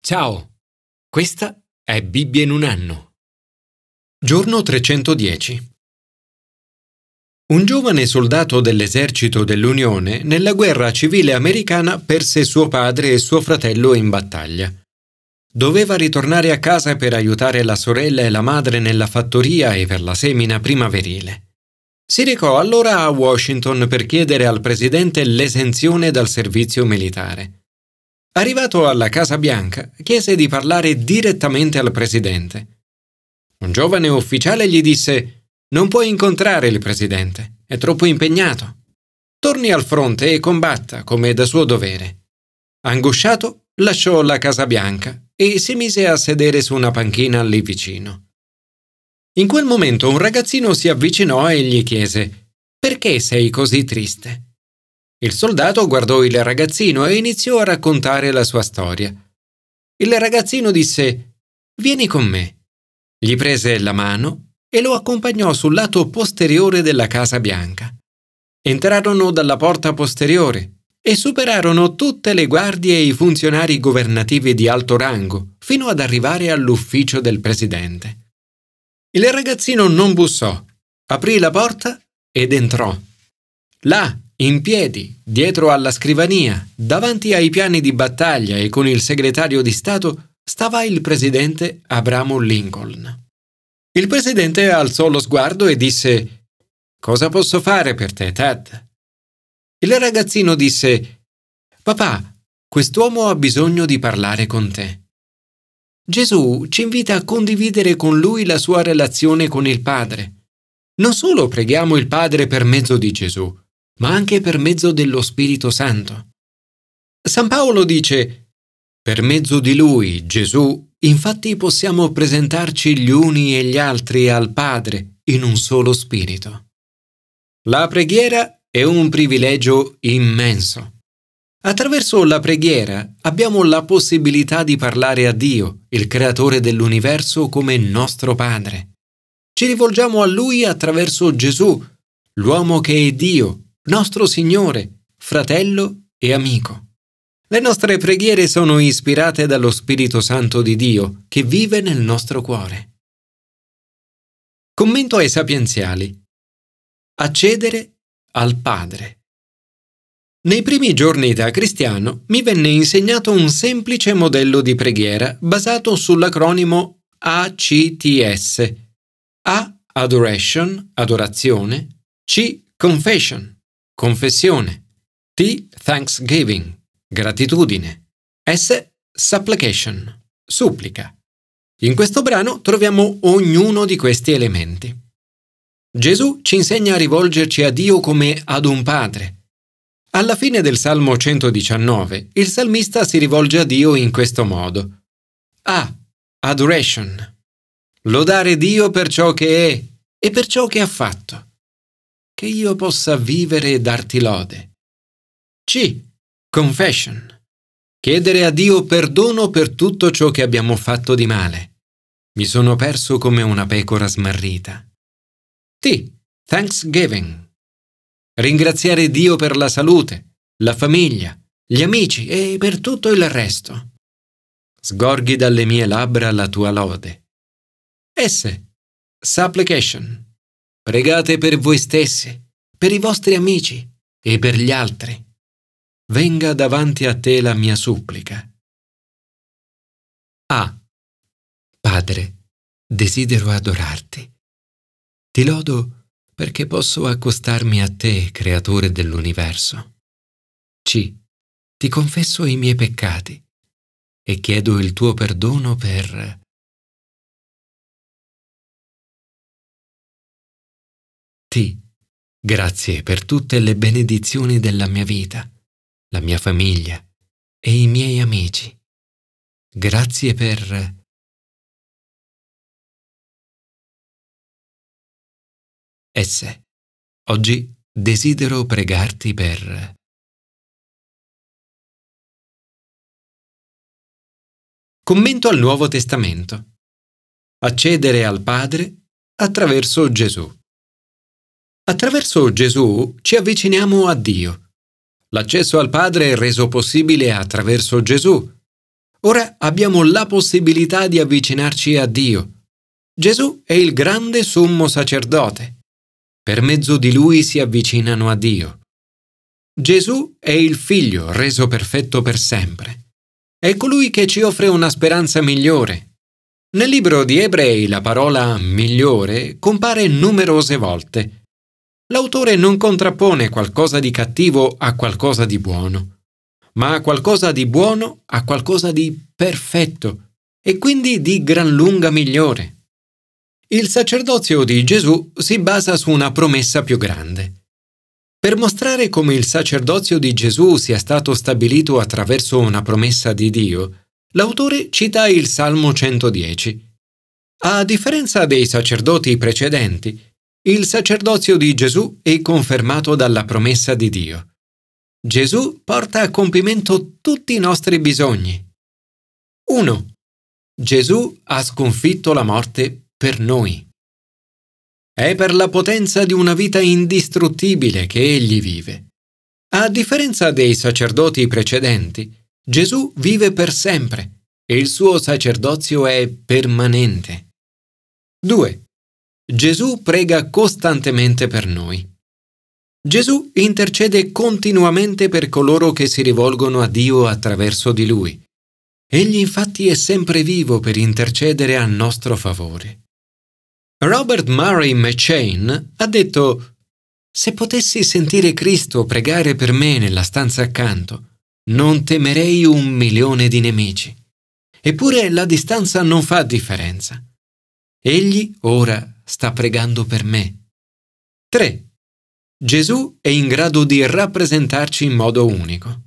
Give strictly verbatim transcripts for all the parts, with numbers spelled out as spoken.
Ciao, questa è Bibbia in un anno. Giorno trecentodieci. Un giovane soldato dell'esercito dell'Unione nella guerra civile americana perse suo padre e suo fratello in battaglia. Doveva ritornare a casa per aiutare la sorella e la madre nella fattoria e per la semina primaverile. Si recò allora a Washington per chiedere al presidente l'esenzione dal servizio militare. Arrivato alla Casa Bianca, chiese di parlare direttamente al presidente. Un giovane ufficiale gli disse: «Non puoi incontrare il presidente, è troppo impegnato. Torni al fronte e combatta come è da suo dovere». Angosciato, lasciò la Casa Bianca e si mise a sedere su una panchina lì vicino. In quel momento un ragazzino si avvicinò e gli chiese: «Perché sei così triste?» Il soldato guardò il ragazzino e iniziò a raccontare la sua storia. Il ragazzino disse: «Vieni con me». Gli prese la mano e lo accompagnò sul lato posteriore della Casa Bianca. Entrarono dalla porta posteriore e superarono tutte le guardie e i funzionari governativi di alto rango fino ad arrivare all'ufficio del presidente. Il ragazzino non bussò, aprì la porta ed entrò. Là, in piedi, dietro alla scrivania, davanti ai piani di battaglia e con il segretario di Stato, stava il presidente Abraham Lincoln. Il presidente alzò lo sguardo e disse: «Cosa posso fare per te, Ted?» Il ragazzino disse: «Papà, quest'uomo ha bisogno di parlare con te. Gesù ci invita a condividere con lui la sua relazione con il Padre. Non solo preghiamo il Padre per mezzo di Gesù, ma anche per mezzo dello Spirito Santo. San Paolo dice: per mezzo di lui, Gesù, infatti possiamo presentarci gli uni e gli altri al Padre in un solo spirito». La preghiera è un privilegio immenso. Attraverso la preghiera abbiamo la possibilità di parlare a Dio, il creatore dell'universo, come nostro Padre. Ci rivolgiamo a Lui attraverso Gesù, l'uomo che è Dio, nostro Signore, fratello e amico. Le nostre preghiere sono ispirate dallo Spirito Santo di Dio che vive nel nostro cuore. Commento ai sapienziali. Accedere al Padre. Nei primi giorni da cristiano mi venne insegnato un semplice modello di preghiera basato sull'acronimo A C T S. A. Adoration, adorazione. C. Confession, confessione. T. Thanksgiving, gratitudine. S. Supplication, supplica. In questo brano troviamo ognuno di questi elementi. Gesù ci insegna a rivolgerci a Dio come ad un padre. Alla fine del Salmo centodiciannove, il salmista si rivolge a Dio in questo modo. A. Adoration, lodare Dio per ciò che è e per ciò che ha fatto, che io possa vivere e darti lode. C. Confession, chiedere a Dio perdono per tutto ciò che abbiamo fatto di male. Mi sono perso come una pecora smarrita. T. Thanksgiving, ringraziare Dio per la salute, la famiglia, gli amici e per tutto il resto. Sgorghi dalle mie labbra la tua lode. S. Supplication, pregate per voi stessi, per i vostri amici e per gli altri. Venga davanti a te la mia supplica. A. Padre, desidero adorarti. Ti lodo perché posso accostarmi a te, creatore dell'universo. C. Ti confesso i miei peccati e chiedo il tuo perdono per... T. Grazie per tutte le benedizioni della mia vita, la mia famiglia e i miei amici. Grazie per... S. Oggi desidero pregarti per... Commento al Nuovo Testamento. Accedere al Padre attraverso Gesù. Attraverso Gesù ci avviciniamo a Dio. L'accesso al Padre è reso possibile attraverso Gesù. ora abbiamo la possibilità di avvicinarci a Dio. Gesù è il grande sommo sacerdote. Per mezzo di Lui si avvicinano a Dio. Gesù è il Figlio reso perfetto per sempre. È colui che ci offre una speranza migliore. Nel libro di Ebrei la parola migliore compare numerose volte. L'autore non contrappone qualcosa di cattivo a qualcosa di buono, ma qualcosa di buono a qualcosa di perfetto e quindi di gran lunga migliore. Il sacerdozio di Gesù si basa su una promessa più grande. Per mostrare come il sacerdozio di Gesù sia stato stabilito attraverso una promessa di Dio, l'autore cita il Salmo centodieci. A differenza dei sacerdoti precedenti, il sacerdozio di Gesù è confermato dalla promessa di Dio. Gesù porta a compimento tutti i nostri bisogni. uno. Gesù ha sconfitto la morte per noi. È per la potenza di una vita indistruttibile che egli vive. A differenza dei sacerdoti precedenti, Gesù vive per sempre e il suo sacerdozio è permanente. due. Gesù prega costantemente per noi. Gesù intercede continuamente per coloro che si rivolgono a Dio attraverso di Lui. Egli infatti è sempre vivo per intercedere a nostro favore. Robert Murray McCheyne ha detto: «Se potessi sentire Cristo pregare per me nella stanza accanto, non temerei un milione di nemici. Eppure la distanza non fa differenza. Egli ora sta pregando per me». tre. Gesù è in grado di rappresentarci in modo unico.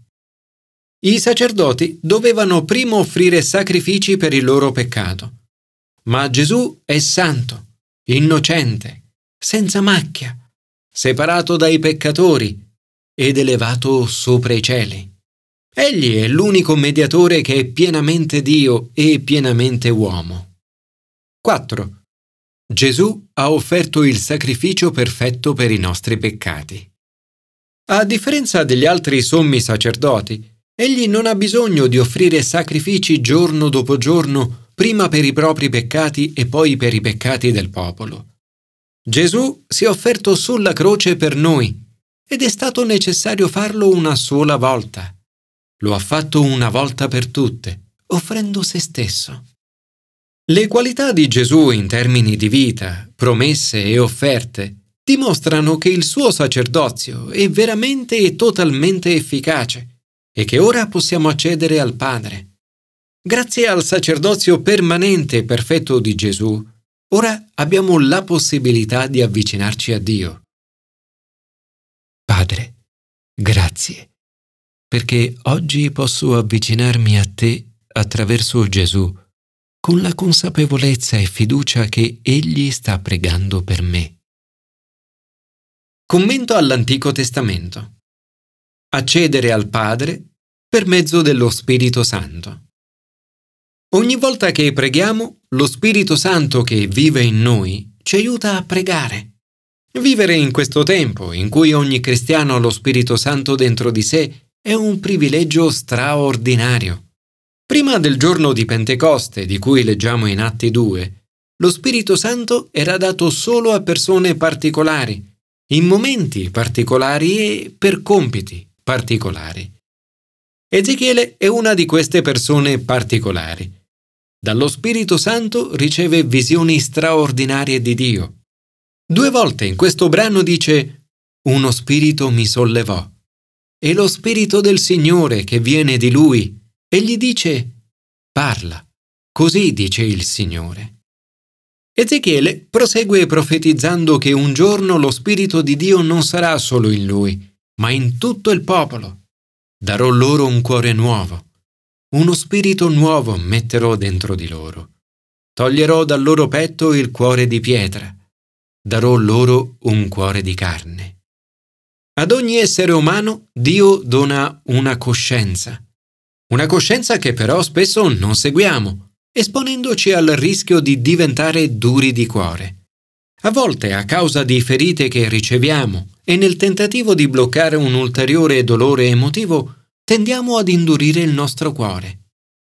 I sacerdoti dovevano prima offrire sacrifici per il loro peccato, ma Gesù è santo, innocente, senza macchia, separato dai peccatori ed elevato sopra i cieli. Egli è l'unico mediatore che è pienamente Dio e pienamente uomo. quattro. Gesù ha offerto il sacrificio perfetto per i nostri peccati. A differenza degli altri sommi sacerdoti, egli non ha bisogno di offrire sacrifici giorno dopo giorno, prima per i propri peccati e poi per i peccati del popolo. Gesù si è offerto sulla croce per noi ed è stato necessario farlo una sola volta. Lo ha fatto una volta per tutte, offrendo se stesso. Le qualità di Gesù in termini di vita, promesse e offerte dimostrano che il suo sacerdozio è veramente e totalmente efficace e che ora possiamo accedere al Padre. Grazie al sacerdozio permanente e perfetto di Gesù, ora abbiamo la possibilità di avvicinarci a Dio. Padre, grazie, perché oggi posso avvicinarmi a te attraverso Gesù, con la consapevolezza e fiducia che Egli sta pregando per me. Commento all'Antico Testamento. Accedere al Padre per mezzo dello Spirito Santo. Ogni volta che preghiamo, lo Spirito Santo che vive in noi ci aiuta a pregare. Vivere in questo tempo, in cui ogni cristiano ha lo Spirito Santo dentro di sé, è un privilegio straordinario. Prima del giorno di Pentecoste, di cui leggiamo in Atti due, lo Spirito Santo era dato solo a persone particolari, in momenti particolari e per compiti particolari. Ezechiele è una di queste persone particolari. Dallo Spirito Santo riceve visioni straordinarie di Dio. Due volte in questo brano dice: «Uno spirito mi sollevò», e lo Spirito del Signore che viene di Lui, e gli dice: «Parla, così dice il Signore». Ezechiele prosegue profetizzando che un giorno lo Spirito di Dio non sarà solo in lui, ma in tutto il popolo. «Darò loro un cuore nuovo, uno spirito nuovo metterò dentro di loro. Toglierò dal loro petto il cuore di pietra, darò loro un cuore di carne». Ad ogni essere umano Dio dona una coscienza. Una coscienza che però spesso non seguiamo, esponendoci al rischio di diventare duri di cuore. A volte, a causa di ferite che riceviamo e nel tentativo di bloccare un ulteriore dolore emotivo, tendiamo ad indurire il nostro cuore.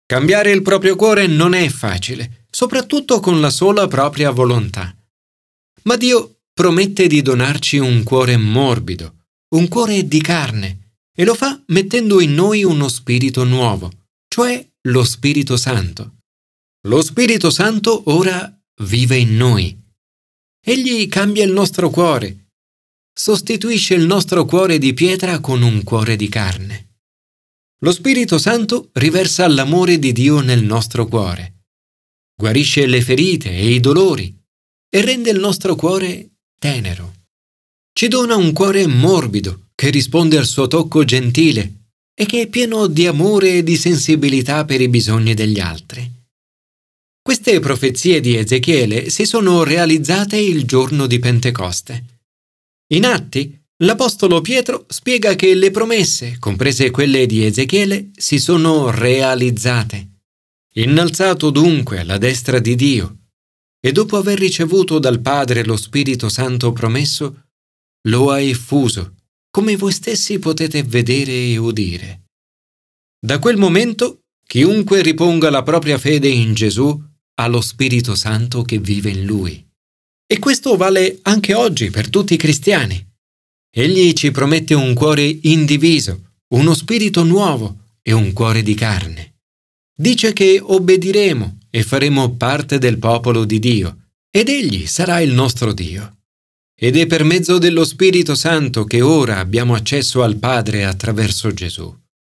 Cambiare il proprio cuore non è facile, soprattutto con la sola propria volontà. Ma Dio promette di donarci un cuore morbido, un cuore di carne, e lo fa mettendo in noi uno spirito nuovo, cioè lo Spirito Santo. Lo Spirito Santo ora vive in noi. Egli cambia il nostro cuore, sostituisce il nostro cuore di pietra con un cuore di carne. Lo Spirito Santo riversa l'amore di Dio nel nostro cuore, guarisce le ferite e i dolori e rende il nostro cuore tenero. Ci dona un cuore morbido che risponde al suo tocco gentile e che è pieno di amore e di sensibilità per i bisogni degli altri. Queste profezie di Ezechiele si sono realizzate il giorno di Pentecoste. In Atti, l'Apostolo Pietro spiega che le promesse, comprese quelle di Ezechiele, si sono realizzate. Innalzato dunque alla destra di Dio, e dopo aver ricevuto dal Padre lo Spirito Santo promesso, lo ha effuso, come voi stessi potete vedere e udire. Da quel momento, chiunque riponga la propria fede in Gesù ha lo Spirito Santo che vive in lui. E questo vale anche oggi per tutti i cristiani. Egli ci promette un cuore indiviso, uno spirito nuovo e un cuore di carne. Dice che obbediremo e faremo parte del popolo di Dio, ed Egli sarà il nostro Dio. Ed è per mezzo dello Spirito Santo che ora abbiamo accesso al Padre attraverso Gesù.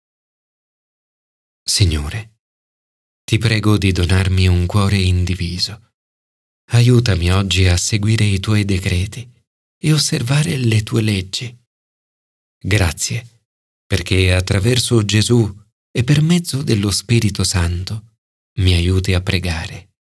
Signore, ti prego di donarmi un cuore indiviso. Aiutami oggi a seguire i tuoi decreti e osservare le tue leggi. Grazie, perché attraverso Gesù e per mezzo dello Spirito Santo mi aiuti a pregare.